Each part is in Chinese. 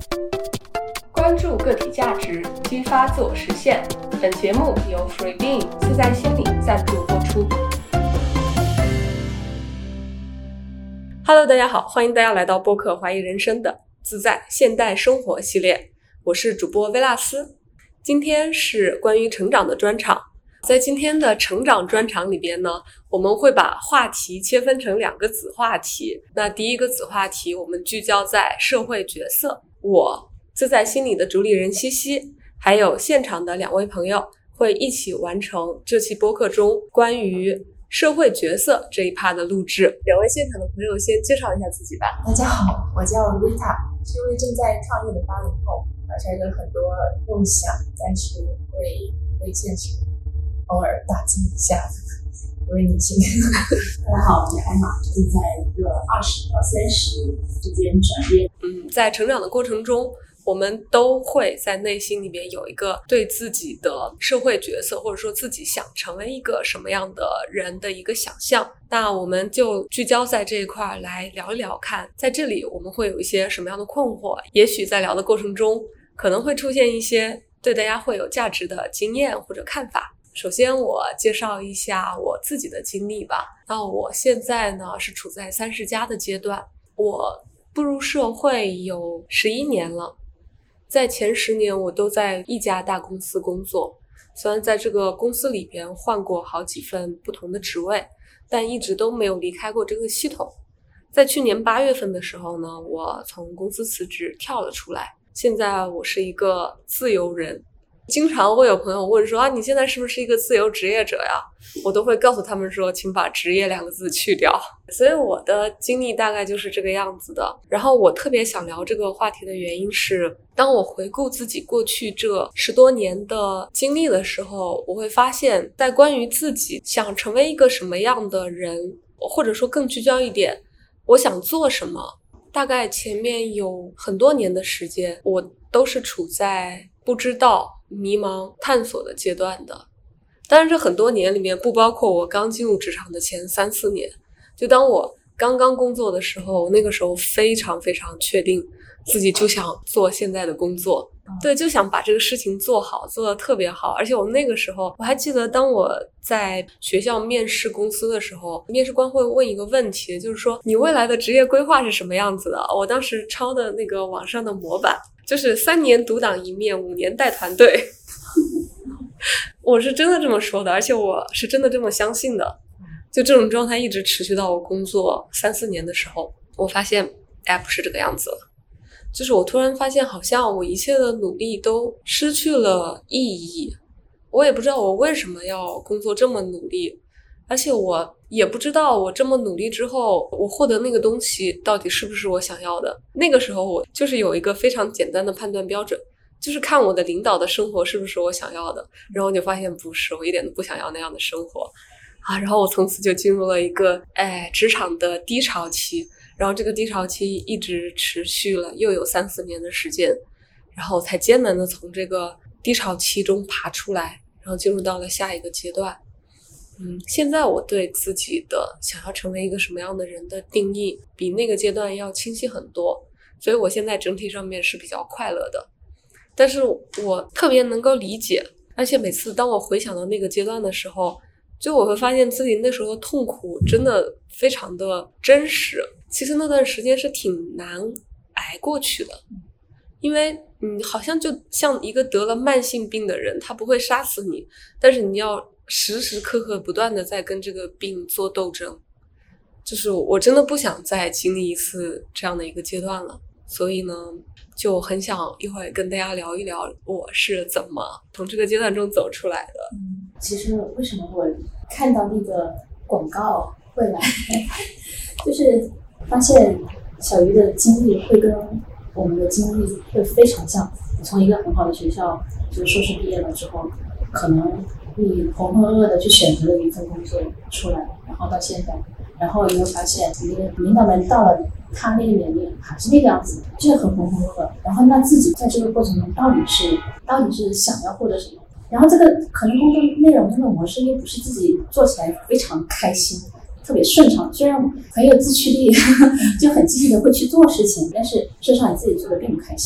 关注个体价值，激发自我实现。本节目由 Freebeing 自在心理赞助播出。Hello， 大家好，欢迎大家来到播客怀疑人生的自在现代生活系列，我是主播薇拉斯。今天是关于成长的专场。在今天的成长专场里边呢，我们会把话题切分成2个子话题。那第一个子话题，我们聚焦在社会角色，我自在心理的主理人西西，还有现场的2位朋友会一起完成这期播客中关于社会角色这一趴的录制。2位现场的朋友先介绍一下自己吧。 大家好，我叫 Rita， 是一位正在创业的80后，怀揣着很多梦想，但是为现实偶尔打击一下一位女性。大家好，我是艾玛，正在一个20到30之间转业。 在成长的过程中，我们都会在内心里面有一个对自己的社会角色，或者说自己想成为一个什么样的人的一个想象。那我们就聚焦在这一块来聊一聊看，在这里我们会有一些什么样的困惑，也许在聊的过程中可能会出现一些对大家会有价值的经验或者看法。首先我介绍一下我自己的经历吧。那我现在呢是处在30+的阶段，我步入社会有11年了。在前10年我都在一家大公司工作，虽然在这个公司里边换过好几份不同的职位，但一直都没有离开过这个系统。在去年8月份的时候呢，我从公司辞职跳了出来，现在我是一个自由人。经常会有朋友问说你现在是不是一个自由职业者呀？我都会告诉他们说，请把职业2个字去掉。所以我的经历大概就是这个样子的。然后我特别想聊这个话题的原因是，当我回顾自己过去这10多年的经历的时候，我会发现在关于自己想成为一个什么样的人，或者说更聚焦一点，我想做什么，大概前面有很多年的时间我都是处在不知道、迷茫、探索的阶段的。当然这很多年里面不包括我刚进入职场的前3-4年，就当我刚刚工作的时候，那个时候非常非常确定自己就想做现在的工作，对，就想把这个事情做好，做得特别好。而且我那个时候我还记得，当我在学校面试公司的时候，面试官会问一个问题，就是说你未来的职业规划是什么样子的。我当时抄的那个网上的模板就是3年独当一面，5年带团队。我是真的这么说的，而且我是真的这么相信的。就这种状态一直持续到我工作3-4年的时候，我发现不是这个样子了。就是我突然发现好像我一切的努力都失去了意义。我也不知道我为什么要工作这么努力，而且我也不知道我这么努力之后我获得那个东西到底是不是我想要的。那个时候我就是有一个非常简单的判断标准，就是看我的领导的生活是不是我想要的，然后我就发现不是，我一点都不想要那样的生活然后我从此就进入了一个职场的低潮期，然后这个低潮期一直持续了又有3-4年的时间，然后才艰难的从这个低潮期中爬出来，然后进入到了下一个阶段。现在我对自己的想要成为一个什么样的人的定义比那个阶段要清晰很多，所以我现在整体上面是比较快乐的。但是我特别能够理解，而且每次当我回想到那个阶段的时候，就我会发现自己那时候的痛苦真的非常的真实。其实那段时间是挺难挨过去的，因为好像就像一个得了慢性病的人，他不会杀死你，但是你要时时刻刻不断的在跟这个病做斗争。就是我真的不想再经历一次这样的一个阶段了，所以呢就很想一会儿跟大家聊一聊我是怎么从这个阶段中走出来的。 其实为什么我看到那个广告会来，就是发现小鱼的经历会跟我们的经历会非常像。从一个很好的学校，就是硕士毕业了之后，可能你浑浑噩噩的去选择了一份工作出来，然后到现在，然后你会发现你的领导们到了他那个年龄还是那个样子，就是很浑浑噩噩。然后那自己在这个过程中到底是想要获得什么？然后这个可能工作内容、工作模式又不是自己做起来非常开心、特别顺畅，虽然很有自驱力，就很积极的会去做事情，但是事实上你自己做的并不开心。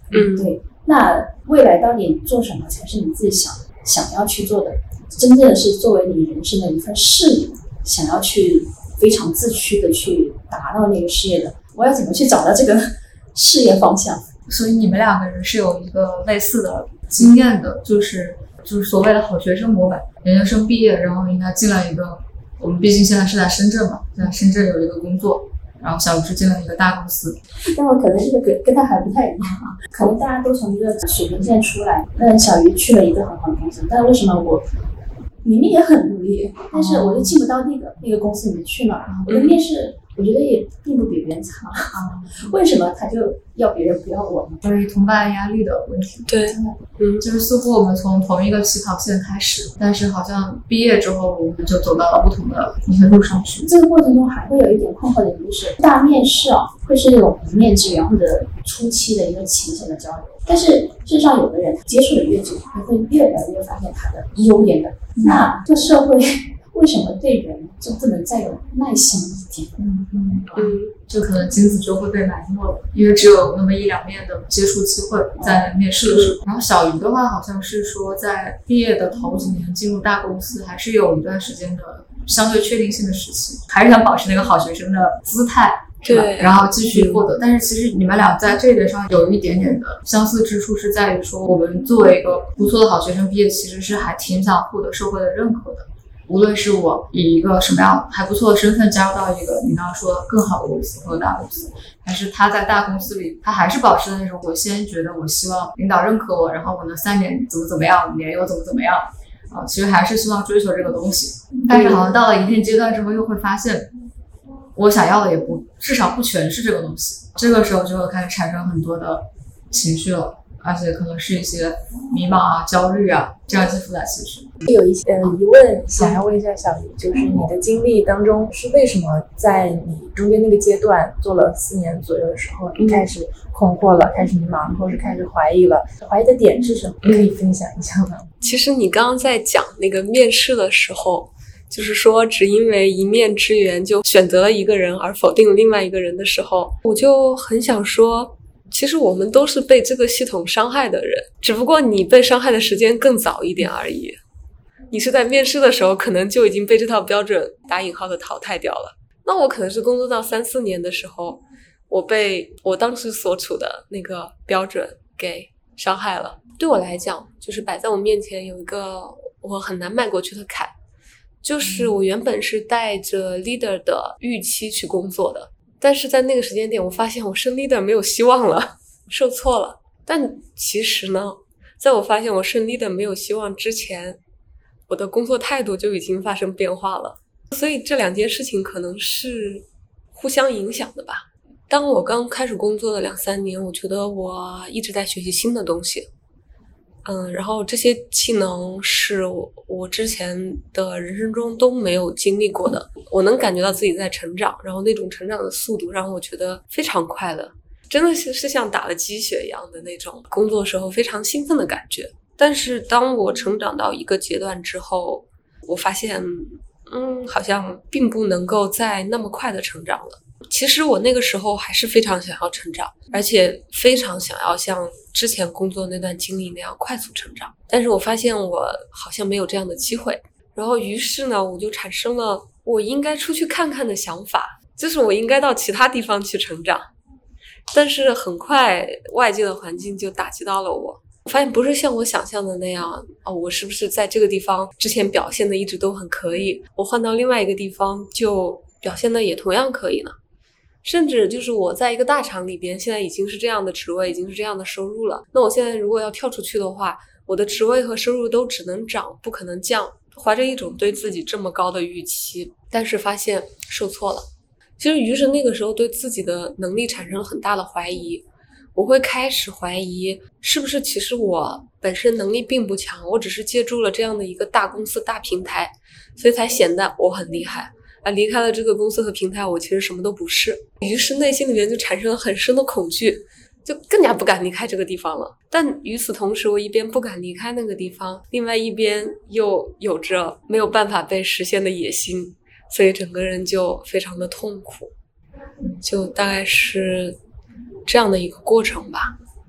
对。那未来到底做什么才是你自己想要去做的？真正的是作为你人生的一份事业，想要去非常自驱的去达到那个事业的，我要怎么去找到这个事业方向？ 所以你们两个人是有一个类似的经验的，就是所谓的好学生模板，研究生毕业，然后应该进了一个，我们毕竟现在是在深圳嘛，在深圳有一个工作，然后小鱼是进了一个大公司。 但我可能这个跟他还不太一样啊，可能大家都从一个水平线出来，那小鱼去了一个很好的公司，但为什么我明明也很努力，但是我就进不到那个公司里面去嘛？我的面试我觉得也并不比别人差，为什么他就要别人不要我呢？ 所以同伴压力的问题。 对， 就是似乎我们从同一个起跑线开始，但是好像毕业之后我们就走到了不同的一些路上去。 这个过程中还会有一点困惑的，就是大面试会是那种一面之缘或者初期的一个浅显的交流，但是事实上有的人接触的越久，还会越来越发现他的优点的。那这社会为什么对人就不能再有耐心一点？ 就可能金子就会被埋没了，因为只有那么一两面的接触机会在面试的时候。然后小鱼的话好像是说在毕业的头几年进入大公司还是有一段时间的相对确定性的时期，还是想保持那个好学生的姿态， 对， 然后继续获得。但是其实你们俩在这一点上有一点点的相似之处，是在于说我们作为一个不错的好学生毕业，其实是还挺想获得社会的认可的。无论是我以一个什么样还不错的身份加入到一个你刚刚说的更好的公司或者大公司，还是他在大公司里他还是保持的那种我先觉得我希望领导认可我，然后我呢3年怎么样，5年又怎么样其实还是希望追求这个东西。但是好像到了一定阶段之后又会发现我想要的也至少不全是这个东西，这个时候就会开始产生很多的情绪了，而且可能是一些迷茫啊、焦虑啊这样一些复杂情绪。 有一些疑问想要问一下小鱼，就是你的经历当中是为什么在你中间那个阶段做了4年左右的时候，你开始困惑了，开始迷茫，或是开始怀疑了？怀疑的点是什么？可以分享一下吗？ 其实你刚刚在讲那个面试的时候，就是说只因为一面之缘就选择了一个人而否定了另外一个人的时候，我就很想说，其实我们都是被这个系统伤害的人，只不过你被伤害的时间更早一点而已。你是在面试的时候可能就已经被这套标准打引号的淘汰掉了，那我可能是工作到3-4年的时候，我被我当时所处的那个标准给伤害了。对我来讲，就是摆在我面前有一个我很难迈过去的坎，就是我原本是带着 leader 的预期去工作的，但是在那个时间点我发现我升 leader 没有希望了，受挫了。但其实呢，在我发现我升 leader 没有希望之前，我的工作态度就已经发生变化了。所以这2件事情可能是互相影响的吧。当我刚开始工作的2-3年，我觉得我一直在学习新的东西，然后这些技能是我之前的人生中都没有经历过的，我能感觉到自己在成长，然后那种成长的速度让我觉得非常快乐，真的是像打了鸡血一样的那种工作时候非常兴奋的感觉。但是当我成长到一个阶段之后，我发现好像并不能够再那么快的成长了。其实我那个时候还是非常想要成长，而且非常想要像之前工作那段经历那样快速成长，但是我发现我好像没有这样的机会。然后于是呢，我就产生了我应该出去看看的想法，就是我应该到其他地方去成长。但是很快外界的环境就打击到了我发现不是像我想象的那样我是不是在这个地方之前表现的一直都很可以，我换到另外一个地方就表现的也同样可以呢？甚至就是我在一个大厂里边现在已经是这样的职位，已经是这样的收入了，那我现在如果要跳出去的话，我的职位和收入都只能涨不可能降，怀着一种对自己这么高的预期，但是发现受挫了。其实于是那个时候对自己的能力产生了很大的怀疑，我会开始怀疑是不是其实我本身能力并不强，我只是借助了这样的一个大公司大平台，所以才显得我很厉害离开了这个公司和平台，我其实什么都不是。于是内心里面就产生了很深的恐惧，就更加不敢离开这个地方了。但与此同时，我一边不敢离开那个地方，另外一边又有着没有办法被实现的野心，所以整个人就非常的痛苦，就大概是这样的一个过程吧。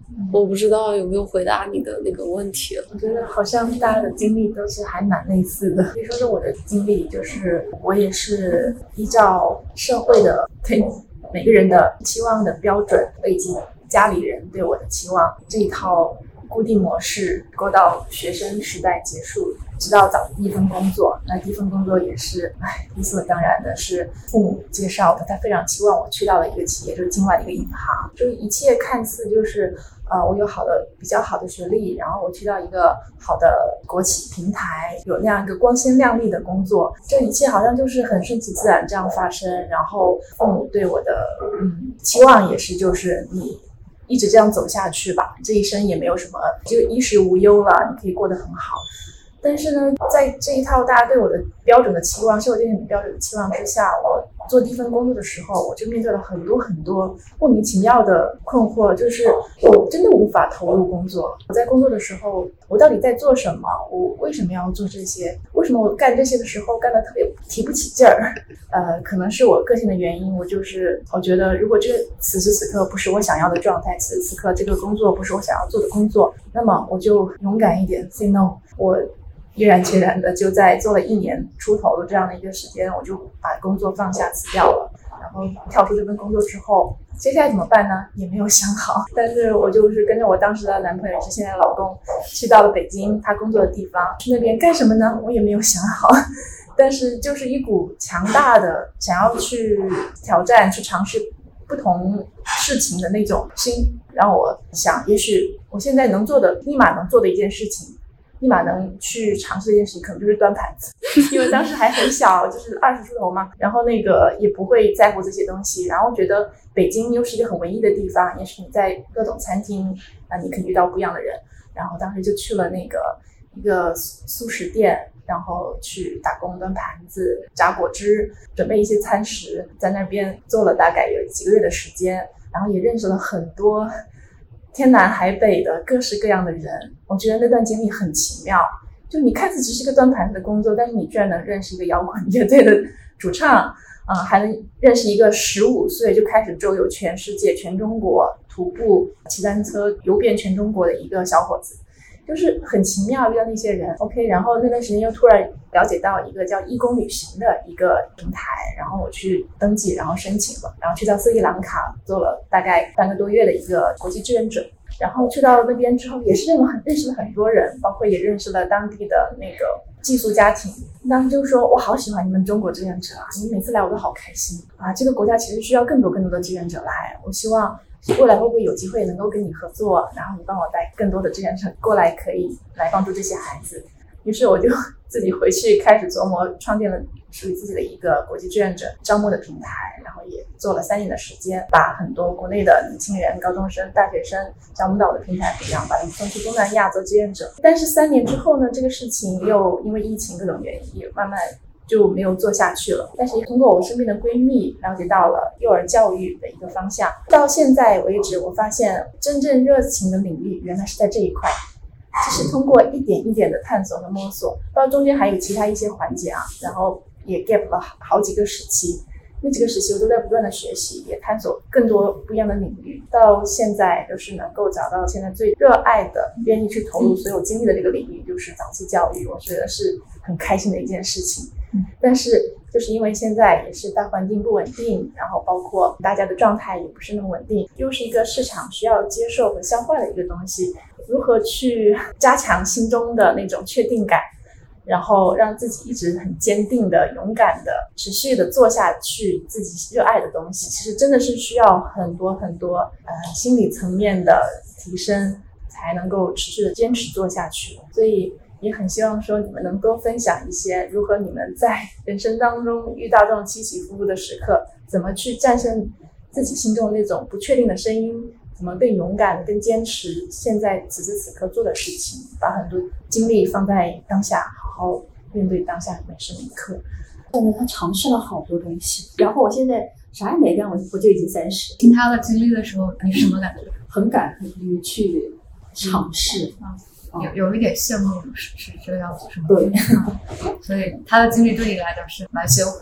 我不知道有没有回答你的那个问题了。 我觉得好像大家的经历都是还蛮类似的。可以说是我的经历，就是我也是依照社会的对每个人的期望的标准，以及家里人对我的期望这一套固定模式过到学生时代结束，直到找第一份工作。那第一份工作也是理所当然的是父母介绍的，他非常期望我去到了一个企业，就是境外的一个银行，就是一切看似就是我有比较好的学历，然后我去到一个好的国企平台，有那样一个光鲜亮丽的工作，这一切好像就是很顺其自然这样发生。然后父母对我的期望也是，就是你一直这样走下去吧，这一生也没有什么，就衣食无忧了，你可以过得很好。但是呢，在这一套大家对我的标准的期望，社会对你标准的期望之下，我做第一份工作的时候，我就面对了很多很多莫名其妙的困惑，就是我真的无法投入工作。我在工作的时候，我到底在做什么？我为什么要做这些？为什么我干这些的时候干得特别提不起劲儿？可能是我个性的原因，我觉得如果此时此刻不是我想要的状态，此时此刻这个工作不是我想要做的工作，那么我就勇敢一点 say no。我毅然决然的就在做了1年出头的这样的一个时间，我就把工作放下辞掉了。然后跳出这份工作之后，接下来怎么办呢？也没有想好。但是我就是跟着我当时的男朋友，也是现在的老公，去到了北京他工作的地方，去那边干什么呢？我也没有想好。但是就是一股强大的想要去挑战、去尝试不同事情的那种心，让我想，也许我现在立马能做的一件事情，立马能去尝试这件事情，可能就是端盘子。因为当时还很小，就是20出头嘛，然后也不会在乎这些东西，然后觉得北京又是一个很文艺的地方，也许你在各种餐厅你可以遇到不一样的人。然后当时就去了一个速食店，然后去打工端盘子、榨果汁、准备一些餐食，在那边做了大概有几个月的时间，然后也认识了很多天南海北的各式各样的人。我觉得那段经历很奇妙，就你看似只是一个端盘子的工作，但是你居然能认识一个摇滚乐队的主唱，还能认识一个15岁就开始周游全世界、全中国徒步、骑单车游遍全中国的一个小伙子，就是很奇妙遇到那些人。 OK， 然后那段时间又突然了解到一个叫义工旅行的一个平台，然后我去登记，然后申请了，然后去到斯里兰卡做了大概半个多月的一个国际志愿者。然后去到那边之后也是认识了很多人，包括也认识了当地的那个寄宿家庭。当时就说我好喜欢你们中国志愿者啊，你每次来我都好开心啊，这个国家其实需要更多的志愿者来，我希望未来会不会有机会能够跟你合作，然后你帮我带更多的志愿者过来，可以来帮助这些孩子。于是我就自己回去开始琢磨，创建了属于自己的一个国际志愿者招募的平台，然后也做了3年的时间，把很多国内的年轻人、高中生、大学生招募到我的平台培养，把他们送去东南亚做志愿者。但是3年之后呢，这个事情又因为疫情各种原因，也慢慢就没有做下去了。但是通过我身边的闺蜜了解到了幼儿教育的一个方向，到现在为止，我发现真正热情的领域原来是在这一块。其实通过一点一点的探索和摸索，到中间还有其他一些环节然后也 gap 了好几个时期。那几个时期我都在不断的学习，也探索更多不一样的领域，到现在就是能够找到现在最热爱的、愿意去投入所有精力的这个领域，就是早期教育。我觉得是很开心的一件事情。但是就是因为现在也是大环境不稳定，然后包括大家的状态也不是那么稳定，又是一个市场需要接受和消化的一个东西，如何去加强心中的那种确定感，然后让自己一直很坚定的、勇敢的、持续的做下去自己热爱的东西，其实真的是需要很多很多心理层面的提升，才能够持续的坚持做下去。所以也很希望说你们能多分享一些如何你们在人生当中遇到这种起起伏伏的时刻，怎么去战胜自己心中那种不确定的声音，怎么更勇敢、更坚持现在此时此刻做的事情，把很多精力放在当下，好好面对当下每时每刻。 感觉他尝试了好多东西，然后我现在啥也没干，我就已经30。 听他的经历的时候，你是什么感觉？ 很敢于去尝试。 有一点羡慕，是这个样子是吗？ 对。 所以他的经历对你来讲是蛮鲜活的。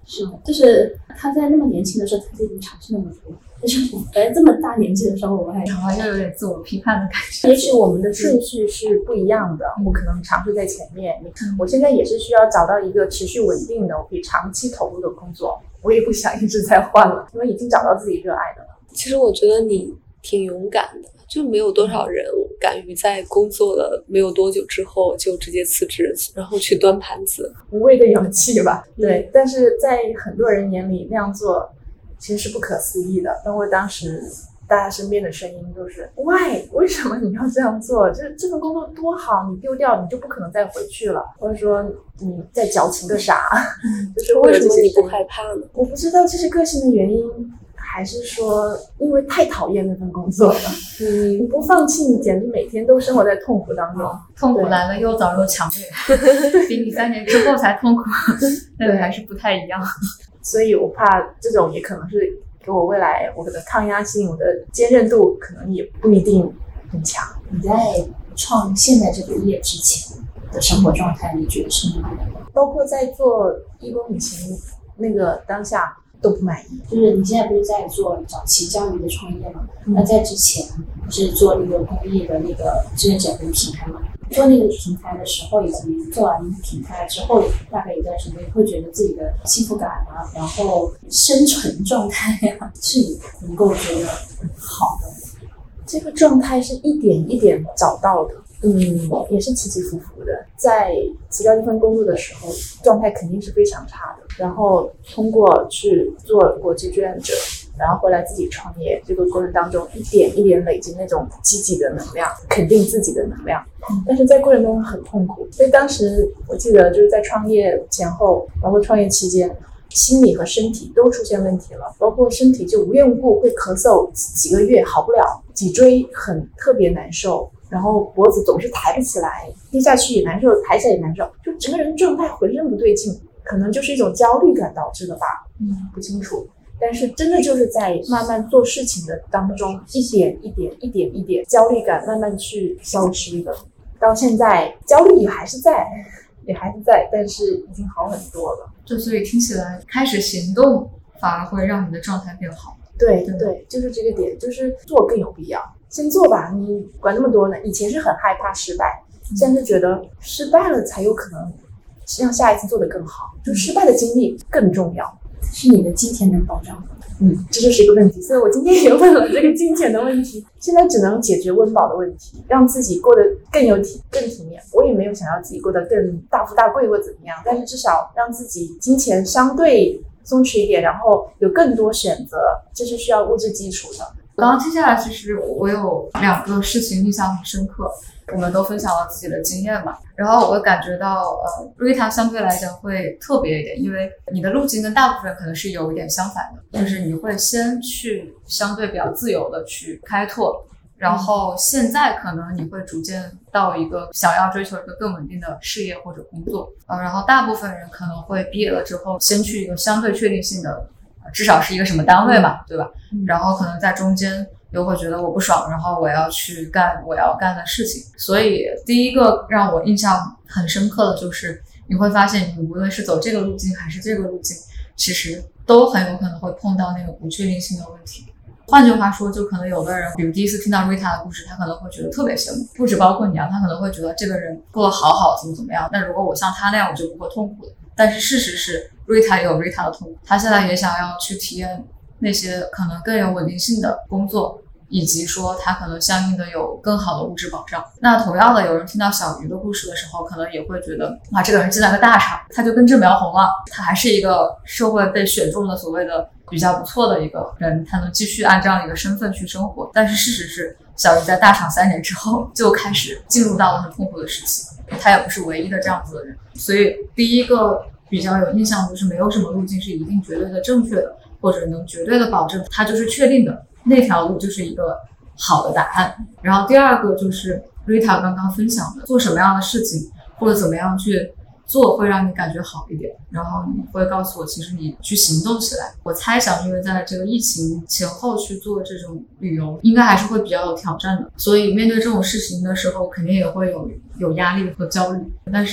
是的，就是他在那么年轻的时候，他就已经尝试那么多。但是我在这么大年纪的时候，我还好像有点自我批判的感觉。 也许我们的顺序是不一样的，我可能尝试在前面。我现在也是需要找到一个持续稳定的、我可以长期投入的工作。我也不想一直在换了，因为已经找到自己热爱的了。 其实我觉得你挺勇敢的，就没有多少人敢于在工作了没有多久之后就直接辞职，然后去端盘子。 无谓的勇气吧，对。但是在很多人眼里那样做其实是不可思议的。包括当时大家身边的声音都是 Why？ 为什么你要这样做？这份工作多好，你丢掉你就不可能再回去了，或者说你在矫情个啥？就是为什么你不害怕呢？ 我不知道这是个性的原因，还是说因为太讨厌那份工作了。你不放弃，你简直每天都生活在痛苦当中。 痛苦来了又早又强烈，比你3年之后才痛苦，那个还是不太一样。 所以我怕这种也可能是给我未来我的抗压性、我的坚韧度可能也不一定很强。 你在创现在这个业之前的生活状态，你觉得是满意的？ 包括在做义工以前那个当下都不满意。 就是你现在不是在做早期教育的创业吗？那在之前是做那个公益的那个志愿者的平台嘛？做那个平台的时候，以及做完平台之后，大概一段时间，会觉得自己的幸福感啊，然后生存状态啊，是你能够觉得好的。 这个状态是一点一点找到的，也是起起伏伏的。在辞掉这份工作的时候，状态肯定是非常差的。然后通过去做国际志愿者，然后回来自己创业，这个过程当中一点一点累积那种积极的能量，肯定自己的能量。但是在过程中很痛苦，所以当时我记得就是在创业前后，包括创业期间，心理和身体都出现问题了，包括身体就无缘无故会咳嗽几个月好不了，脊椎特别难受，然后脖子总是抬不起来，低下去也难受，抬起来也难受，就整个人状态浑身不对劲，可能就是一种焦虑感导致的吧，不清楚。但是真的就是在慢慢做事情的当中，一点一点焦虑感慢慢去消失的。到现在焦虑也还是在，但是已经好很多了。 就所以听起来开始行动反而会让你的状态变好。 对，就是这个点，就是做更有必要。先做吧，你管那么多呢？以前是很害怕失败，现在是觉得失败了才有可能让下一次做得更好，就失败的经历更重要。 是你的金钱能保障吗？ 这就是一个问题。所以我今天也问了这个金钱的问题，现在只能解决温饱的问题，让自己过得更体面。我也没有想要自己过得更大富大贵或怎么样，但是至少让自己金钱相对松弛一点，然后有更多选择，这是需要物质基础的。 刚刚听下来，其实我有2个事情印象很深刻，我们都分享了自己的经验嘛。然后我会感觉到Rita 相对来讲会特别一点，因为你的路径跟大部分人可能是有一点相反的，就是你会先去相对比较自由的去开拓，然后现在可能你会逐渐到一个想要追求一个更稳定的事业或者工作，然后大部分人可能会毕业了之后先去一个相对确定性的至少是一个什么单位嘛，对吧？然后可能在中间又会觉得我不爽，然后我要去干我要干的事情。所以第一个让我印象很深刻的就是你会发现你无论是走这个路径还是这个路径，其实都很有可能会碰到那个不确定性的问题。换句话说，就可能有的人比如第一次听到 Rita 的故事，他可能会觉得特别羡慕，不止包括你啊，他可能会觉得这个人过得好好怎么样，那如果我像他那样我就不会痛苦的。但是事实是 Rita 也有 Rita 的痛苦，他现在也想要去体验那些可能更有稳定性的工作，以及说他可能相应的有更好的物质保障。那同样的，有人听到小鱼的故事的时候，可能也会觉得这个人进来个大厂，他就跟郑苗红了，他还是一个社会被选中的所谓的比较不错的一个人，他能继续按这样一个身份去生活。但是事实是，小鱼在大厂3年之后就开始进入到了很痛苦的时期，他也不是唯一的这样子的人。所以第一个比较有印象就是没有什么路径是一定绝对的正确的，或者能绝对的保证它就是确定的，那条路就是一个好的答案。然后第二个就是 Rita 刚刚分享的，做什么样的事情或者怎么样去做会让你感觉好一点，然后你会告诉我其实你去行动起来。我猜想因为在这个疫情前后去做这种旅游应该还是会比较有挑战的，所以面对这种事情的时候肯定也会有压力和焦虑，但是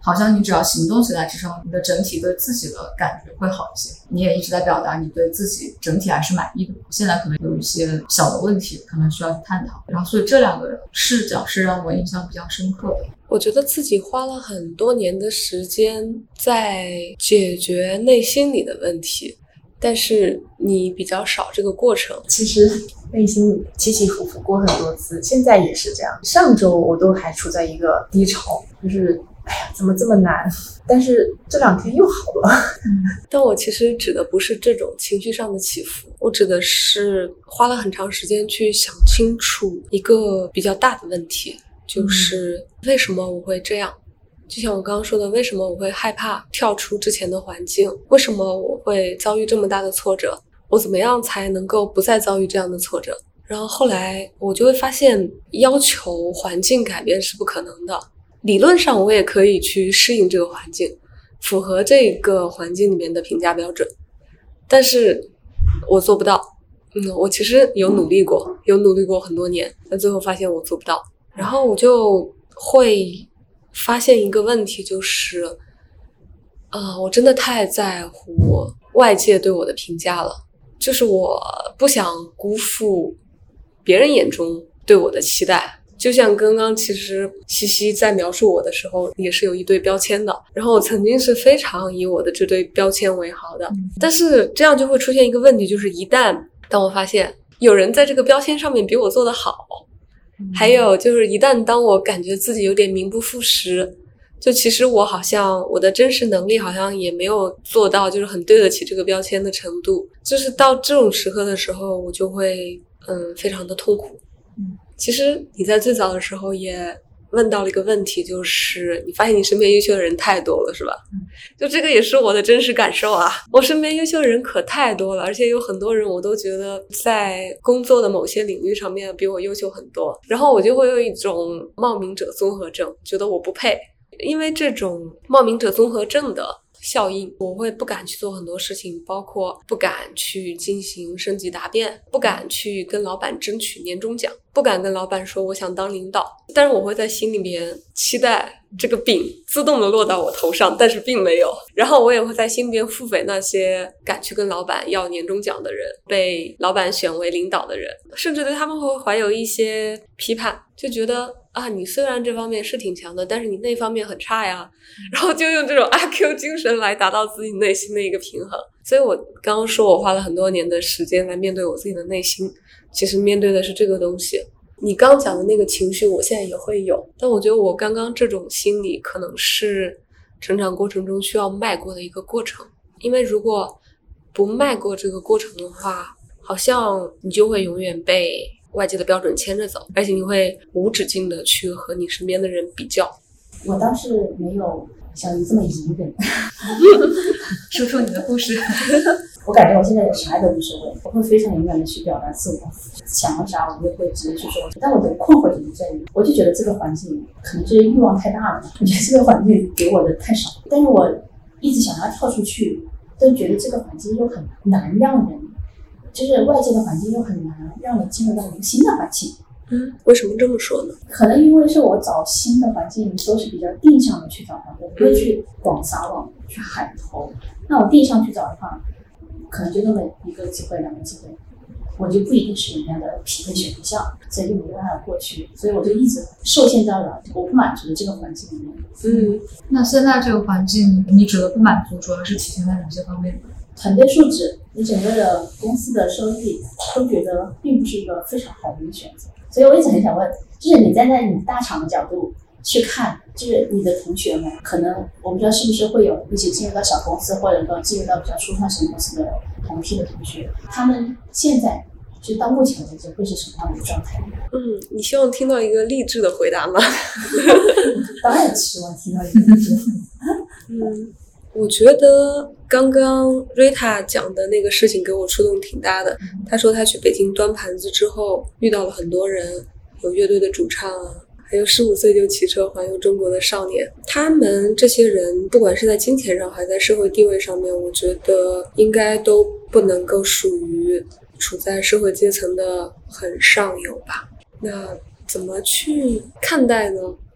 好像你只要行动起来之后，你的整体对自己的感觉会好一些。你也一直在表达你对自己整体还是满意的，现在可能有一些小的问题可能需要去探讨，然后所以这两个视角是让我印象比较深刻的。 我觉得自己花了很多年的时间在解决内心里的问题，但是你比较少这个过程。 其实内心起起伏伏过很多次，现在也是这样。上周我都还处在一个低潮，就是哎呀怎么这么难，但是这2天又好了。 但我其实指的不是这种情绪上的起伏，我指的是花了很长时间去想清楚一个比较大的问题，就是为什么我会这样。就像我刚刚说的，为什么我会害怕跳出之前的环境，为什么我会遭遇这么大的挫折，我怎么样才能够不再遭遇这样的挫折。然后后来我就会发现，要求环境改变是不可能的。理论上我也可以去适应这个环境，符合这个环境里面的评价标准，但是我做不到。我其实有努力过很多年，但最后发现我做不到。然后我就会发现一个问题，就是我真的太在乎外界对我的评价了，就是我不想辜负别人眼中对我的期待。就像刚刚其实西西在描述我的时候也是有一堆标签的，然后我曾经是非常以我的这堆标签为豪的，但是这样就会出现一个问题，就是当我发现有人在这个标签上面比我做得好，还有就是当我感觉自己有点名不副实，就其实我好像我的真实能力好像也没有做到就是很对得起这个标签的程度，就是到这种时刻的时候我就会非常的痛苦。其实你在最早的时候也问到了一个问题，就是你发现你身边优秀的人太多了，是吧？就这个也是我的真实感受啊，我身边优秀的人可太多了，而且有很多人我都觉得在工作的某些领域上面比我优秀很多，然后我就会有一种冒名者综合症，觉得我不配。因为这种冒名者综合症的效应，我会不敢去做很多事情，包括不敢去进行升级答辩，不敢去跟老板争取年终奖，不敢跟老板说我想当领导，但是我会在心里面期待这个饼自动的落到我头上，但是并没有。然后我也会在心里面腹诽那些敢去跟老板要年终奖的人，被老板选为领导的人，甚至对他们会怀有一些批判，就觉得你虽然这方面是挺强的，但是你那方面很差呀，然后就用这种阿 Q 精神来达到自己内心的一个平衡。所以我刚刚说我花了很多年的时间来面对我自己的内心，其实面对的是这个东西。你刚讲的那个情绪我现在也会有，但我觉得我刚刚这种心理可能是成长过程中需要迈过的一个过程，因为如果不迈过这个过程的话，好像你就会永远被外界的标准牵着走，而且你会无止境的去和你身边的人比较。 我倒是没有小鱼这么隐忍说说你的故事。 我感觉我现在啥都无所谓，我会非常勇敢的去表达自我，想要啥我就会直接去说。但我的困惑点在于，我就觉得这个环境可能是欲望太大了，我觉得这个环境给我的太少，但是我一直想要跳出去，都觉得这个环境又很难让人，就是外界的环境又很难让你进入到一个新的环境。 为什么这么说呢？ 可能因为是我找新的环境都是比较定向的去找的，我不会去广撒网去海投。那我定向去找的话，可能就那么一个机会两个机会，我就不一定是人家的匹配选项，所以就没办法过去，所以我就一直受限在了我不满足的这个环境里面。 那现在这个环境你指的不满足主要是体现在哪些方面？ 团队素质，你整个的公司的收益都觉得并不是一个非常好的一个选择。所以我一直很想问，就是你站在你大厂的角度去看，就是你的同学们，可能我不知道是不是会有一起进入到小公司或者说进入到比较初创型公司的同批的同学，他们现在就到目前为止会是什么样的状态？ 你希望听到一个励志的回答吗？ 当然希望听到一个励志的回答。 我觉得刚刚瑞塔讲的那个事情给我触动挺大的。他说他去北京端盘子之后遇到了很多人，有乐队的主唱啊，还有15岁就骑车环游中国的少年。他们这些人不管是在金钱上还是在社会地位上面，我觉得应该都不能够属于处在社会阶层的很上游吧。那怎么去看待呢？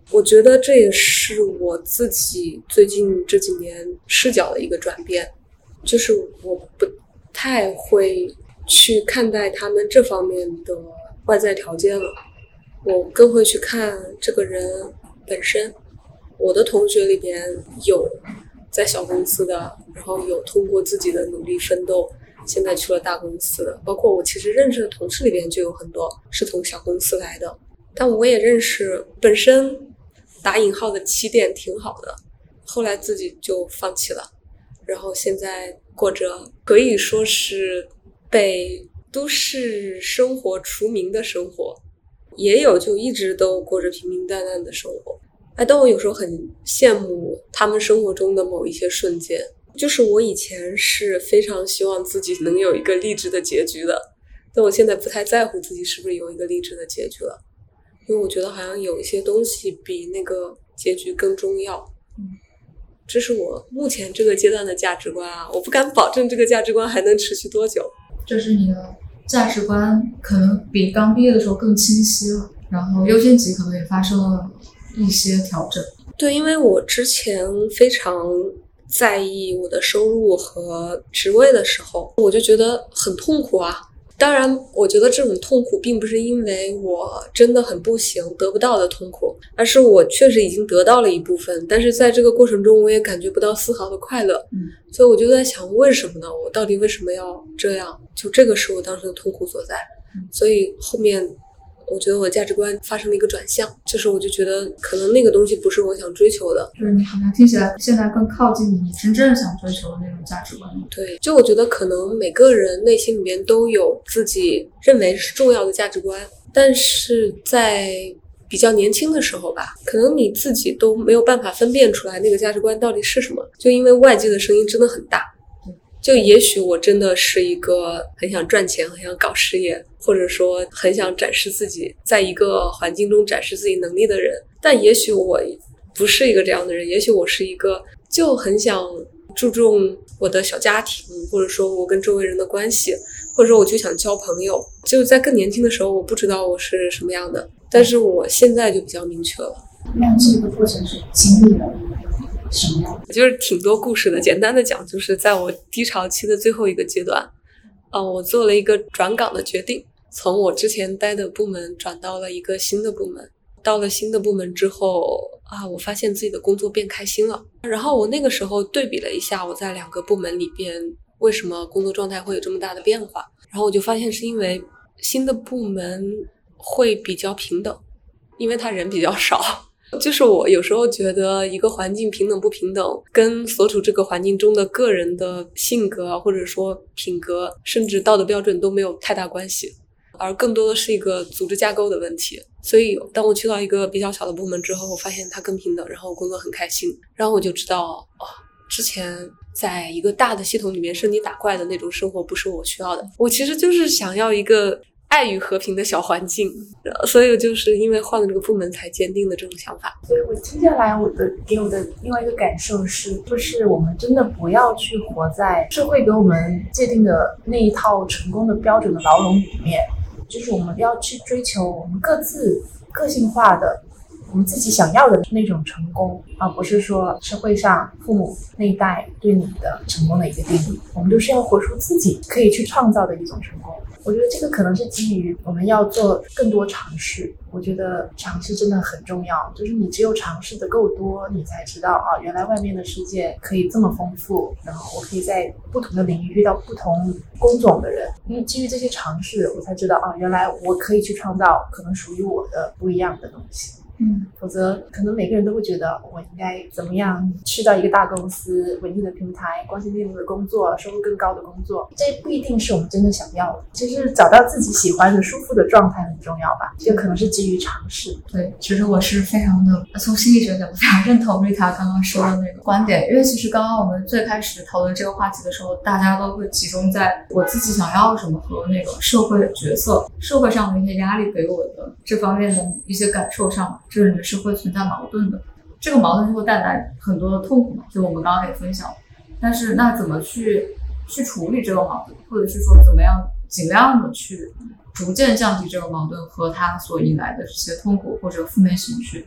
我觉得这也是我自己最近这几年视角的一个转变，就是我不太会去看待他们这方面的外在条件了，我更会去看这个人本身。我的同学里边有在小公司的，然后有通过自己的努力奋斗现在去了大公司的，包括我其实认识的同事里边就有很多是从小公司来的。但我也认识本身打引号的起点挺好的，后来自己就放弃了，然后现在过着可以说是被都市生活除名的生活，也有就一直都过着平平淡淡的生活。但我有时候很羡慕他们生活中的某一些瞬间，就是我以前是非常希望自己能有一个励志的结局的，但我现在不太在乎自己是不是有一个励志的结局了，因为我觉得好像有一些东西比那个结局更重要。这是我目前这个阶段的价值观啊，我不敢保证这个价值观还能持续多久。 这是你的价值观可能比刚毕业的时候更清晰了，然后优先级可能也发生了一些调整。 对，因为我之前非常在意我的收入和职位的时候，我就觉得很痛苦啊。当然我觉得这种痛苦并不是因为我真的很不行得不到的痛苦，而是我确实已经得到了一部分，但是在这个过程中我也感觉不到丝毫的快乐。所以我就在想为什么呢？我到底为什么要这样？就这个是我当时的痛苦所在。所以后面我觉得我的价值观发生了一个转向，就是我就觉得可能那个东西不是我想追求的， 就是你好像听起来现在更靠近你真正想追求的那种价值观。 对，就我觉得可能每个人内心里面都有自己认为是重要的价值观，但是在比较年轻的时候吧，可能你自己都没有办法分辨出来那个价值观到底是什么，就因为外界的声音真的很大。就也许我真的是一个很想赚钱很想搞事业，或者说很想展示自己在一个环境中展示自己能力的人，但也许我不是一个这样的人，也许我是一个就很想注重我的小家庭，或者说我跟周围人的关系，或者说我就想交朋友。就在更年轻的时候我不知道我是什么样的，但是我现在就比较明确了。 那这个过程是经历了什么样？ 就是挺多故事的，简单的讲就是在我低潮期的最后一个阶段，我做了一个转岗的决定，从我之前待的部门转到了一个新的部门。到了新的部门之后我发现自己的工作变开心了。然后我那个时候对比了一下我在两个部门里边为什么工作状态会有这么大的变化，然后我就发现是因为新的部门会比较平等，因为他人比较少。就是我有时候觉得一个环境平等不平等跟所处这个环境中的个人的性格或者说品格甚至道德标准都没有太大关系，而更多的是一个组织架构的问题。所以当我去到一个比较小的部门之后，我发现它更平等，然后我工作很开心，然后我就知道之前在一个大的系统里面升级打怪的那种生活不是我需要的，我其实就是想要一个爱与和平的小环境，所以就是因为换了这个部门才坚定的这种想法。 所以我听下来给我的另外一个感受是，就是我们真的不要去活在社会给我们界定的那一套成功的标准的牢笼里面，就是我们要去追求我们各自个性化的我们自己想要的那种成功，而不是说社会上父母那一代对你的成功的一个定义。我们都是要活出自己可以去创造的一种成功。我觉得这个可能是基于我们要做更多尝试。我觉得尝试真的很重要，就是你只有尝试的够多，你才知道原来外面的世界可以这么丰富，然后我可以在不同的领域遇到不同工种的人。因为基于这些尝试，我才知道原来我可以去创造可能属于我的不一样的东西。否则可能每个人都会觉得我应该怎么样去到一个大公司稳定的平台光鲜亮丽的工作收入更高的工作，这不一定是我们真的想要的。其实找到自己喜欢的舒服的状态很重要吧，这可能是基于尝试。 对，其实我是非常的从心理学角度非常认同瑞塔刚刚说的那个观点，因为其实刚刚我们最开始讨论这个话题的时候，大家都会集中在我自己想要什么和那个社会的角色社会上的一些压力给我的这方面的一些感受上，这里面是会存在矛盾的，这个矛盾就会带来很多的痛苦嘛，就我们刚刚也分享。但是那怎么去处理这个矛盾，或者是说怎么样尽量的去逐渐降低这个矛盾和它所引来的这些痛苦或者负面情绪，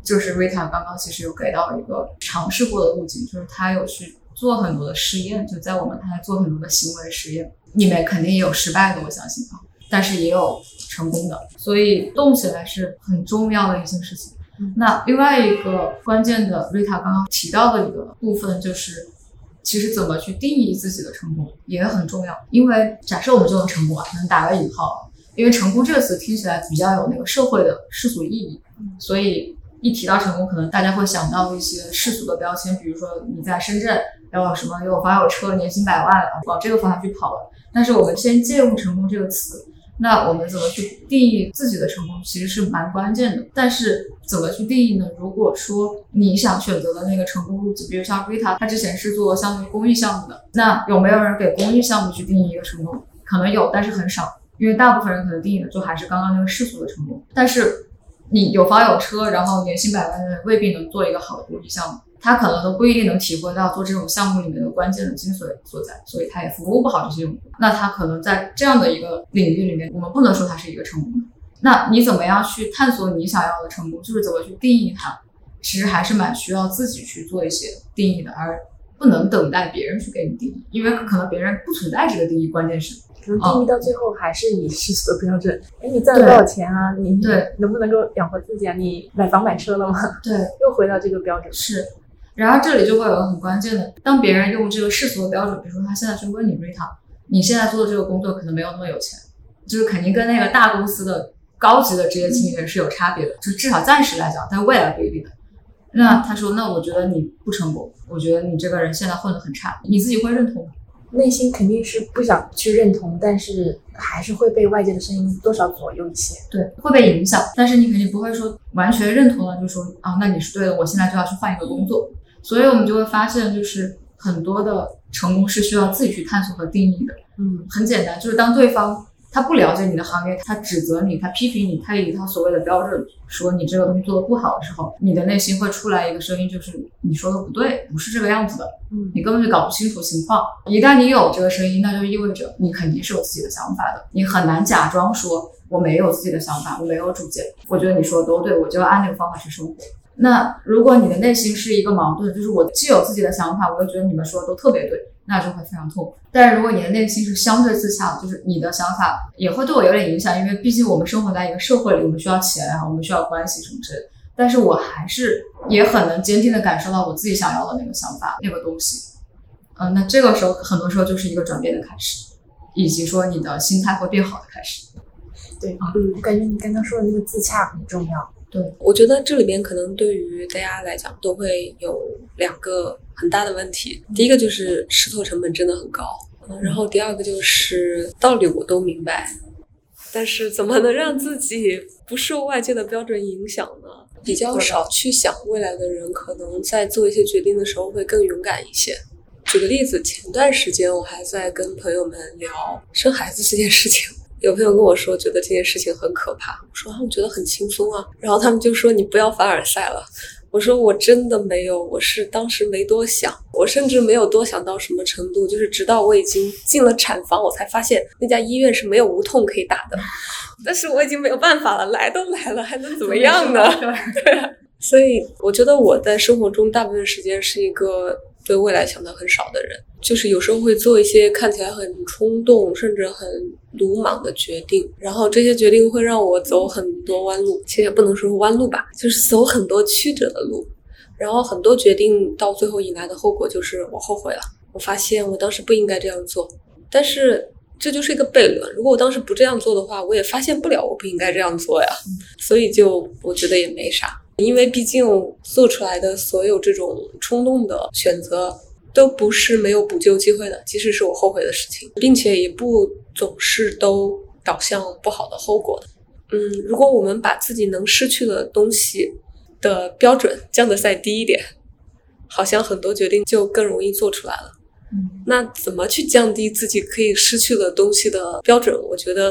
就是 Rita 刚刚其实有给到一个尝试过的路径，就是他有去做很多的试验，就在我们他做很多的行为实验，里面肯定也有失败的，我相信啊，但是也有成功的，所以动起来是很重要的一件事情。那另外一个关键的 Rita 刚刚提到的一个部分就是其实怎么去定义自己的成功也很重要，因为假设我们就用成功可能打个引号，因为成功这个词听起来比较有那个社会的世俗意义，所以一提到成功可能大家会想到一些世俗的标签，比如说你在深圳有什么有房有车年薪100万往这个方向去跑了。但是我们先借用成功这个词，那我们怎么去定义自己的成功其实是蛮关键的。但是怎么去定义呢？如果说你想选择的那个成功路径，比如像 Rita 她之前是做相对于公益项目的，那有没有人给公益项目去定义一个成功？可能有，但是很少，因为大部分人可能定义的就还是刚刚那个世俗的成功。但是你有房有车然后年薪100万的人未必能做一个好的公益项目，他可能都不一定能体会到做这种项目里面的关键的精髓所在，所以他也服务不好这些用户。那他可能在这样的一个领域里面，我们不能说他是一个成功的。那你怎么样去探索你想要的成功，就是怎么去定义它，其实还是蛮需要自己去做一些定义的，而不能等待别人去给你定义，因为可能别人不存在这个定义，关键是可能定义到最后还是以世俗的标准。你赚了多少钱啊？你能不能够养活自己啊？你买房买车了吗？ 对， 又回到这个标准。 是。然而这里就会有个很关键的，当别人用这个世俗的标准，比如说他现在去问你 Rita， 你现在做的这个工作可能没有那么有钱，就是肯定跟那个大公司的高级的职业经理人是有差别的，就至少暂时来讲，但未来不一定的。那他说，那我觉得你不成功，我觉得你这个人现在混得很差，你自己会认同吗？ 内心肯定是不想去认同，但是还是会被外界的声音多少左右一些。 对，会被影响，但是你肯定不会说完全认同了，就说那你是对的，我现在就要去换一个工作。所以我们就会发现，就是很多的成功是需要自己去探索和定义的。很简单，就是当对方他不了解你的行业，他指责你，他批评你，他以一套所谓的标准说你这个东西做得不好的时候，你的内心会出来一个声音，就是你说的不对，不是这个样子的，你根本就搞不清楚情况。一旦你有这个声音，那就意味着你肯定是有自己的想法的，你很难假装说我没有自己的想法，我没有主见，我觉得你说的都对，我就要按那个方法去生活。那如果你的内心是一个矛盾，就是我既有自己的想法，我又觉得你们说的都特别对，那就会非常痛苦。但是如果你的内心是相对自洽，就是你的想法也会对我有点影响，因为毕竟我们生活在一个社会里，我们需要钱啊，我们需要关系什么之类的，但是我还是也很能坚定的感受到我自己想要的那个想法，那个东西。那这个时候很多时候就是一个转变的开始，以及说你的心态会变好的开始。 对，我感觉你刚刚说的那个自洽很重要。 对，我觉得这里边可能对于大家来讲都会有2个很大的问题。第一个就是试错成本真的很高，然后第二个就是道理我都明白，但是怎么能让自己不受外界的标准影响呢？比较少去想未来的人可能在做一些决定的时候会更勇敢一些。举个例子，前段时间我还在跟朋友们聊生孩子这件事情，有朋友跟我说觉得这件事情很可怕，我说我觉得很轻松啊，然后他们就说你不要凡尔赛了。我说我真的没有，我是当时没多想，我甚至没有多想到什么程度，就是直到我已经进了产房，我才发现那家医院是没有无痛可以打的，但是我已经没有办法了，来都来了还能怎么样呢？对啊，所以我觉得我在生活中大部分时间是一个对未来想的很少的人，就是有时候会做一些看起来很冲动甚至很鲁莽的决定，然后这些决定会让我走很多弯路，其实也不能说是弯路吧，就是走很多曲折的路，然后很多决定到最后引来的后果就是我后悔了，我发现我当时不应该这样做，但是这就是一个悖论，如果我当时不这样做的话，我也发现不了我不应该这样做呀，所以就我觉得也没啥，因为毕竟做出来的所有这种冲动的选择都不是没有补救机会的，即使是我后悔的事情，并且也不总是都导向不好的后果的。如果我们把自己能失去的东西的标准降得再低一点，好像很多决定就更容易做出来了。那怎么去降低自己可以失去的东西的标准？我觉得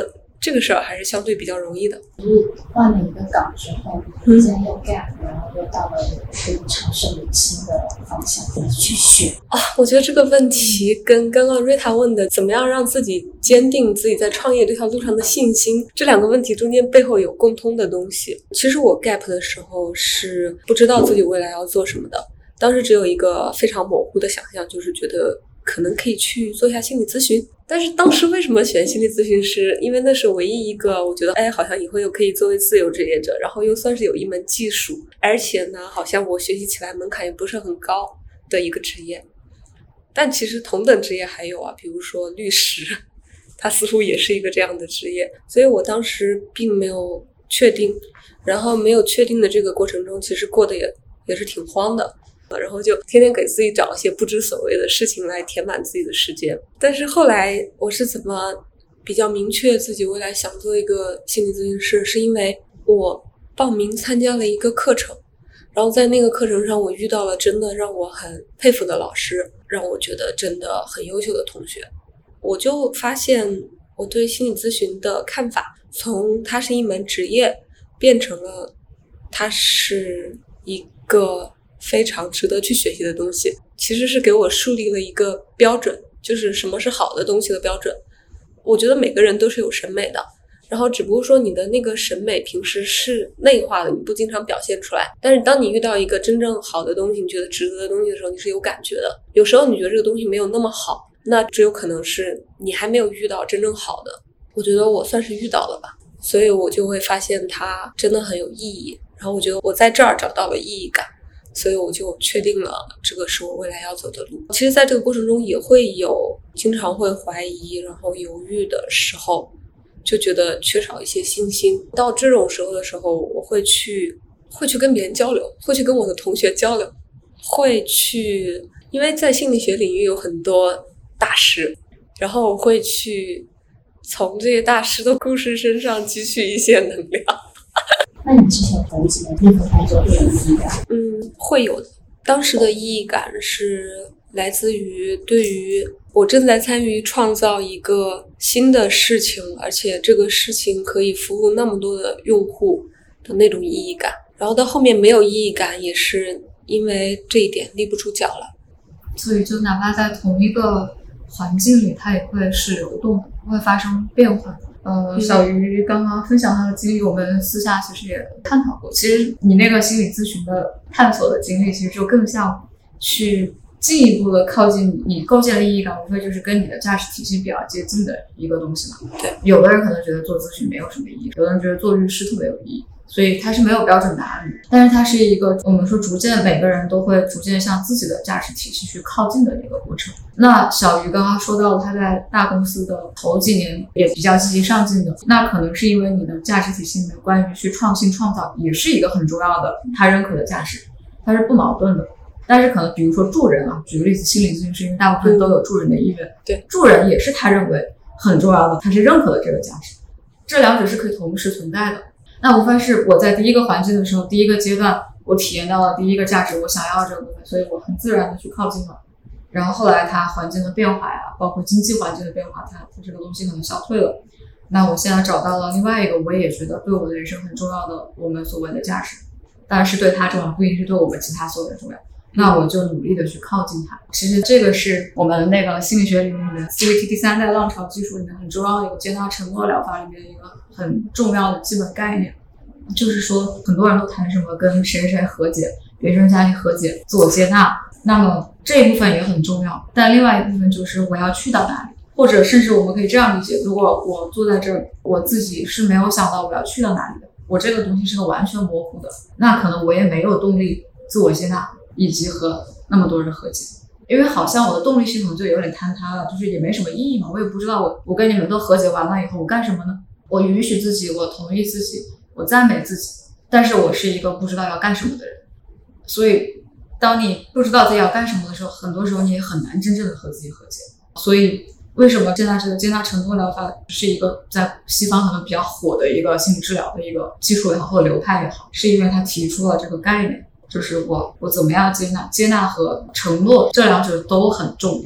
这个事儿还是相对比较容易的。 就是换了一个岗之后，既然有 gap，然后又到了可以尝试一个新的方向，怎么去选啊？我觉得这个问题跟刚刚瑞塔问的怎么样让自己坚定自己在创业这条路上的信心，这两个问题中间背后有共通的东西。其实我 gap 的时候是不知道自己未来要做什么的，当时只有一个非常模糊的想象，就是觉得可能可以去做一下心理咨询。但是当时为什么选心理咨询师？因为那是唯一一个我觉得好像以后又可以作为自由职业者，然后又算是有一门技术，而且呢好像我学习起来门槛也不是很高的一个职业。但其实同等职业还有比如说律师，他似乎也是一个这样的职业，所以我当时并没有确定，然后没有确定的这个过程中，其实过得也是挺慌的，然后就天天给自己找一些不知所谓的事情来填满自己的时间。但是后来我是怎么比较明确自己未来想做一个心理咨询师，是因为我报名参加了一个课程，然后在那个课程上我遇到了真的让我很佩服的老师，让我觉得真的很优秀的同学。我就发现我对心理咨询的看法从它是一门职业变成了它是一个非常值得去学习的东西，其实是给我树立了一个标准，就是什么是好的东西的标准。我觉得每个人都是有审美的，然后只不过说你的那个审美平时是内化的，你不经常表现出来，但是当你遇到一个真正好的东西，你觉得值得的东西的时候，你是有感觉的。有时候你觉得这个东西没有那么好，那只有可能是你还没有遇到真正好的。我觉得我算是遇到了吧，所以我就会发现它真的很有意义，然后我觉得我在这儿找到了意义感，所以我就确定了这个是我未来要走的路。其实在这个过程中也会有经常会怀疑然后犹豫的时候，就觉得缺少一些信心。到这种时候的时候，我会去跟别人交流，会去跟我的同学交流，会去，因为在心理学领域有很多大师，然后我会去从这些大师的故事身上汲取一些能量。 那你之前投几年那份工作会有意义感？ 会有的。当时的意义感是来自于对于我正在参与创造一个新的事情，而且这个事情可以服务那么多的用户的那种意义感。然后到后面没有意义感，也是因为这一点立不住脚了。 所以就哪怕在同一个环境里，它也会是流动的，会发生变化。小鱼刚刚分享他的经历，我们私下其实也探讨过。其实你那个心理咨询的探索的经历，其实就更像去进一步的靠近你构建的意义感，无非就是跟你的价值体系比较接近的一个东西嘛。 对， 有的人可能觉得做咨询没有什么意义，有的人觉得做律师特别有意义，所以它是没有标准答案的。但是它是一个我们说逐渐每个人都会逐渐向自己的价值体系去靠近的一个过程。那小鱼刚刚说到他在大公司的头几年也比较积极上进的，那可能是因为你的价值体系里面关于去创新创造也是一个很重要的他认可的价值，它是不矛盾的。但是可能比如说助人举个例子，心理咨询师因为大部分都有助人的意愿， 对， 助人也是他认为很重要的，他是认可的这个价值，这两者是可以同时存在的。那无非是我在第一个环境的时候，第一个阶段我体验到了第一个价值，我想要这个部分，所以我很自然的去靠近了。然后后来它环境的变化呀，包括经济环境的变化，它这个东西可能消退了。那我现在找到了另外一个我也觉得对我的人生很重要的我们所谓的价值，当然是对它重要，不一定是对我们其他所有人重要。那我就努力的去靠近它。其实这个是我们那个心理学里面的 CBT 第三代浪潮技术里面很重要的一个接纳承诺疗法里面一个很重要的基本概念，就是说很多人都谈什么跟谁谁和解，原生家庭和解，自我接纳，那么这一部分也很重要，但另外一部分就是我要去到哪里，或者甚至我们可以这样理解，如果我坐在这儿，我自己是没有想到我要去到哪里的，我这个东西是个完全模糊的，那可能我也没有动力自我接纳以及和那么多人和解，因为好像我的动力系统就有点坍塌了，就是也没什么意义嘛，我也不知道我跟你们都和解完了以后我干什么呢？我允许自己，我同意自己，我赞美自己，但是我是一个不知道要干什么的人。所以当你不知道自己要干什么的时候，很多时候你也很难真正的和自己和解。所以为什么现在这个接纳承诺疗法是一个在西方可能比较火的一个心理治疗的一个基础也好或者流派也好，是因为它提出了这个概念，就是我怎么样接纳和承诺这两者都很重要。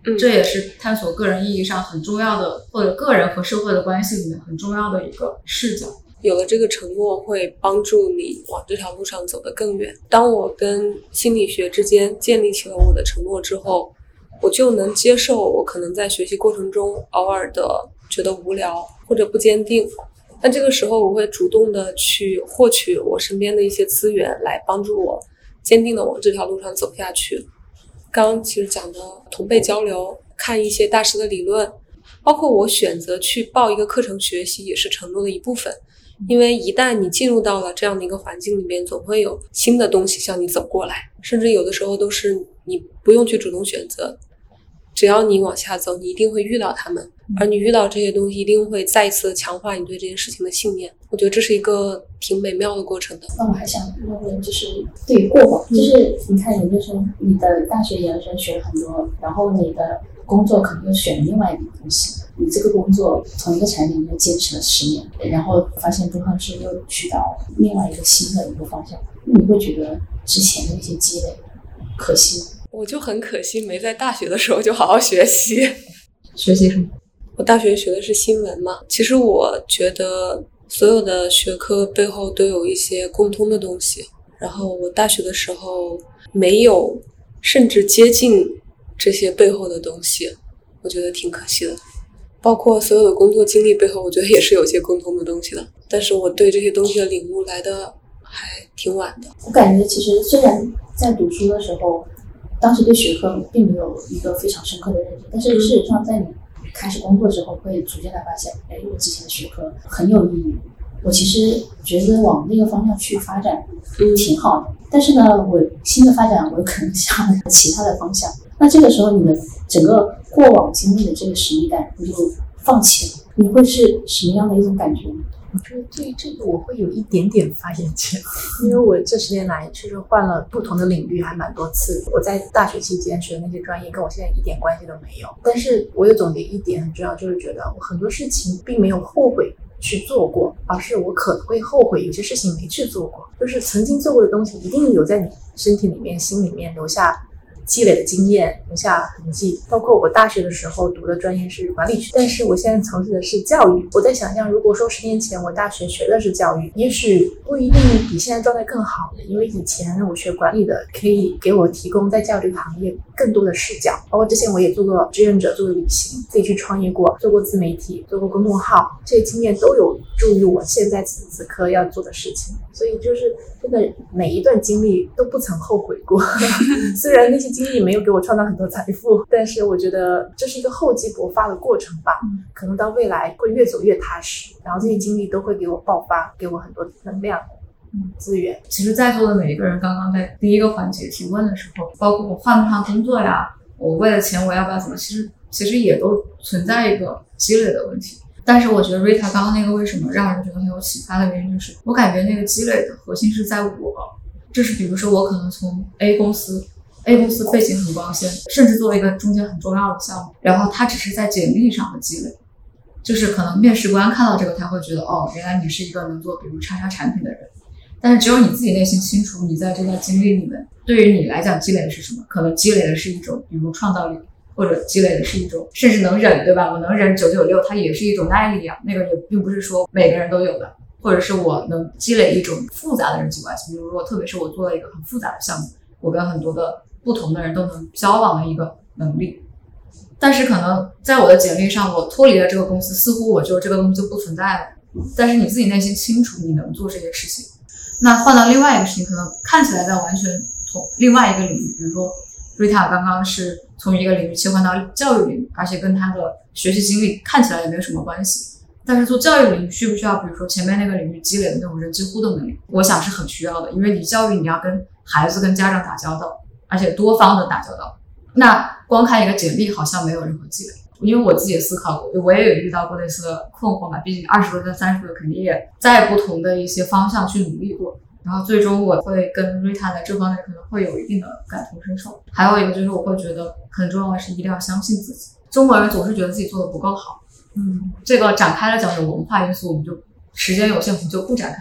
这也是探索个人意义上很重要的，或者个人和社会的关系里面很重要的一个视角。 有了这个承诺会帮助你往这条路上走得更远。当我跟心理学之间建立起了我的承诺之后，我就能接受我可能在学习过程中偶尔的觉得无聊或者不坚定，但这个时候我会主动的去获取我身边的一些资源来帮助我坚定的往这条路上走下去。刚刚其实讲的同辈交流，看一些大师的理论，包括我选择去报一个课程学习也是承诺的一部分。因为一旦你进入到了这样的一个环境里面，总会有新的东西向你走过来，甚至有的时候都是你不用去主动选择，只要你往下走，你一定会遇到他们，而你遇到这些东西一定会再一次强化你对这件事情的信念。我觉得这是一个挺美妙的过程的。 那我还想问问，就是对于过往，就是你看研究生，你的大学研究生学了很多，然后你的工作可能又选了另外一个东西，你这个工作同一个产品又坚持了10年，然后发现不合适又去到另外一个新的一个方向，那你会觉得之前的一些积累可惜吗？ 我就很可惜没在大学的时候就好好学习。 学习什么？ 我大学学的是新闻嘛，其实我觉得所有的学科背后都有一些共通的东西，然后我大学的时候没有甚至接近这些背后的东西，我觉得挺可惜的。包括所有的工作经历背后，我觉得也是有些共通的东西的，但是我对这些东西的领悟来的还挺晚的。 我感觉其实虽然在读书的时候，当时对学科并没有一个非常深刻的认识，但是事实上在你开始工作之后，会逐渐的发现，我之前的学科很有意义，我其实觉得往那个方向去发展挺好的，但是呢，我新的发展我可能向其他的方向，那这个时候你的整个过往经历的这个使命感你就放弃了，你会是什么样的一种感觉呢？ 我觉得对于这个我会有一点点发言权，因为我这10年来其实换了不同的领域还蛮多次。我在大学期间学的那些专业跟我现在一点关系都没有，但是我有总结一点很重要，就是觉得我很多事情并没有后悔去做过，而是我可能会后悔有些事情没去做过。就是曾经做过的东西一定有在你身体里面心里面留下积累的经验，留下痕迹。包括我大学的时候读的专业是管理学，但是我现在从事的是教育。我在想象，如果说10年前我大学学的是教育，也许不一定比现在状态更好的，因为以前我学管理的可以给我提供在教育这个行业更多的视角。包括之前我也做过志愿者，做过旅行，自己去创业过，做过自媒体，做过公众号，这些经验都有助于我现在此时此刻要做的事情。所以就是真的每一段经历都不曾后悔过虽然那些经历没有给我创造很多财富，但是我觉得这是一个厚积薄发的过程吧，可能到未来会越走越踏实，然后这些经历都会给我爆发，给我很多能量资源。 其实在座的每一个人刚刚在第一个环节提问的时候，包括我换不换工作呀，我为了钱我要不要怎么，其实也都存在一个积累的问题。但是我觉得 Rita 刚刚那个为什么让人觉得很有启发的原因，就是我感觉那个积累的核心是在我，就是比如说我可能从 A 公司背景很光鲜，甚至做了一个中间很重要的项目，然后它只是在简历上的积累，就是可能面试官看到这个他会觉得原来你是一个能做比如叉叉产品的人，但是只有你自己内心清楚你在这段经历里面对于你来讲积累的是什么，可能积累的是一种比如创造力，或者积累的是一种甚至能忍，对吧？我能忍996，它也是一种耐力啊，那个也并不是说每个人都有的。或者是我能积累一种复杂的人际关系，比如说特别是我做了一个很复杂的项目，我跟很多的不同的人都能交往的一个能力。但是可能在我的简历上，我脱离了这个公司，似乎我就这个东西就不存在了。但是你自己内心清楚你能做这些事情，那换到另外一个事情，可能看起来在完全从另外一个领域，比如说 Rita 刚刚是从一个领域切换到教育领域，而且跟她的学习经历看起来也没有什么关系。但是做教育领域需不需要比如说前面那个领域积累的那种人际互动能力，我想是很需要的，因为你教育你要跟孩子跟家长打交道，而且多方的打交道，那光看一个简历好像没有任何积累。因为我自己也思考过，我也有遇到过类似的困惑嘛，毕竟20多跟30多肯定也在不同的一些方向去努力过，然后最终我会跟 Rita 在这方面可能会有一定的感同身受。还有一个就是我会觉得很重要的是一定要相信自己，中国人总是觉得自己做的不够好，这个展开了讲有文化因素，我们就时间有限，我们就不展开讲。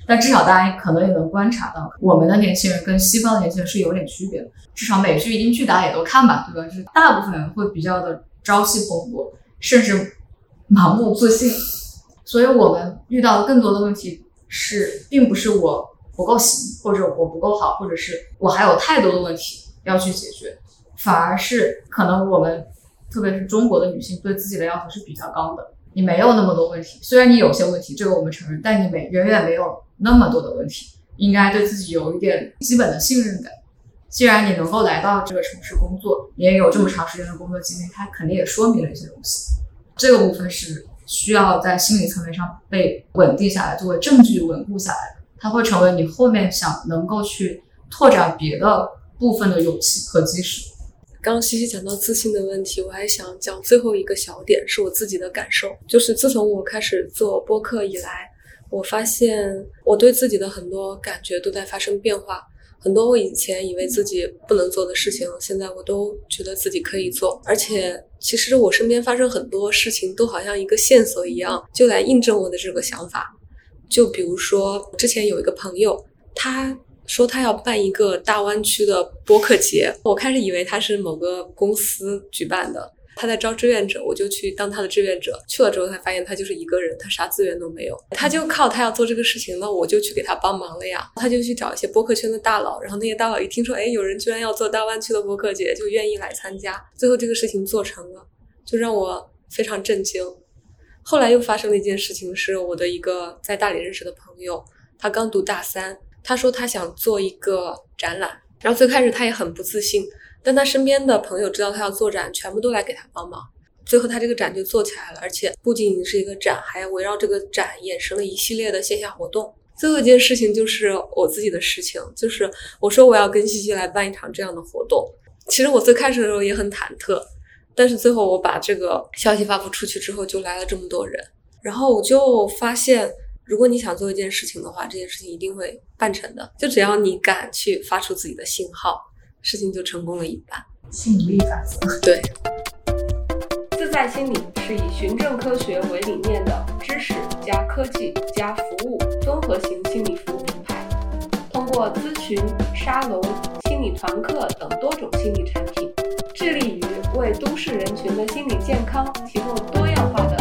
但至少大家可能也能观察到，我们的年轻人跟西方的年轻人是有点区别的。至少美剧、英剧大家也都看吧，对吧？就是大部分人会比较的朝气蓬勃，甚至盲目自信。所以我们遇到的更多的问题是，并不是我不够行，或者我不够好，或者是我还有太多的问题要去解决，反而是可能我们特别是中国的女性对自己的要求是比较高的。你没有那么多问题，虽然你有些问题，这个我们承认，但你远远没有那么多的问题，应该对自己有一点基本的信任感。既然你能够来到这个城市工作，你也有这么长时间的工作经历，它肯定也说明了一些东西。这个部分是需要在心理层面上被稳定下来，作为证据稳固下来的，它会成为你后面想能够去拓展别的部分的勇气和基石。 刚刚西西讲到自信的问题，我还想讲最后一个小点，是我自己的感受，就是自从我开始做播客以来，我发现我对自己的很多感觉都在发生变化。很多我以前以为自己不能做的事情，现在我都觉得自己可以做。而且其实我身边发生很多事情都好像一个线索一样，就来印证我的这个想法。就比如说之前有一个朋友，他说他要办一个大湾区的播客节，我开始以为他是某个公司举办的，他在招志愿者，我就去当他的志愿者。去了之后才发现他就是一个人，他啥资源都没有，他就靠他要做这个事情，那我就去给他帮忙了呀。他就去找一些播客圈的大佬，然后那些大佬一听说有人居然要做大湾区的播客节，就愿意来参加。最后这个事情做成了，就让我非常震惊。后来又发生了一件事情，是我的一个在大理认识的朋友，他刚读大3，他说他想做一个展览，然后最开始他也很不自信，但他身边的朋友知道他要做展，全部都来给他帮忙。最后他这个展就做起来了，而且不仅仅是一个展，还围绕这个展衍生了一系列的线下活动。最后一件事情就是我自己的事情，就是我说我要跟西西来办一场这样的活动。其实我最开始的时候也很忐忑，但是最后我把这个消息发布出去之后，就来了这么多人。然后我就发现，如果你想做一件事情的话，这件事情一定会办成的。就只要你敢去发出自己的信号，事情就成功了一半。 吸引力法则。 对。自在心理是以循证科学为理念的知识加科技加服务综合型心理服务品牌，通过咨询、沙龙、心理团课等多种心理产品，致力于为都市人群的心理健康提供多样化的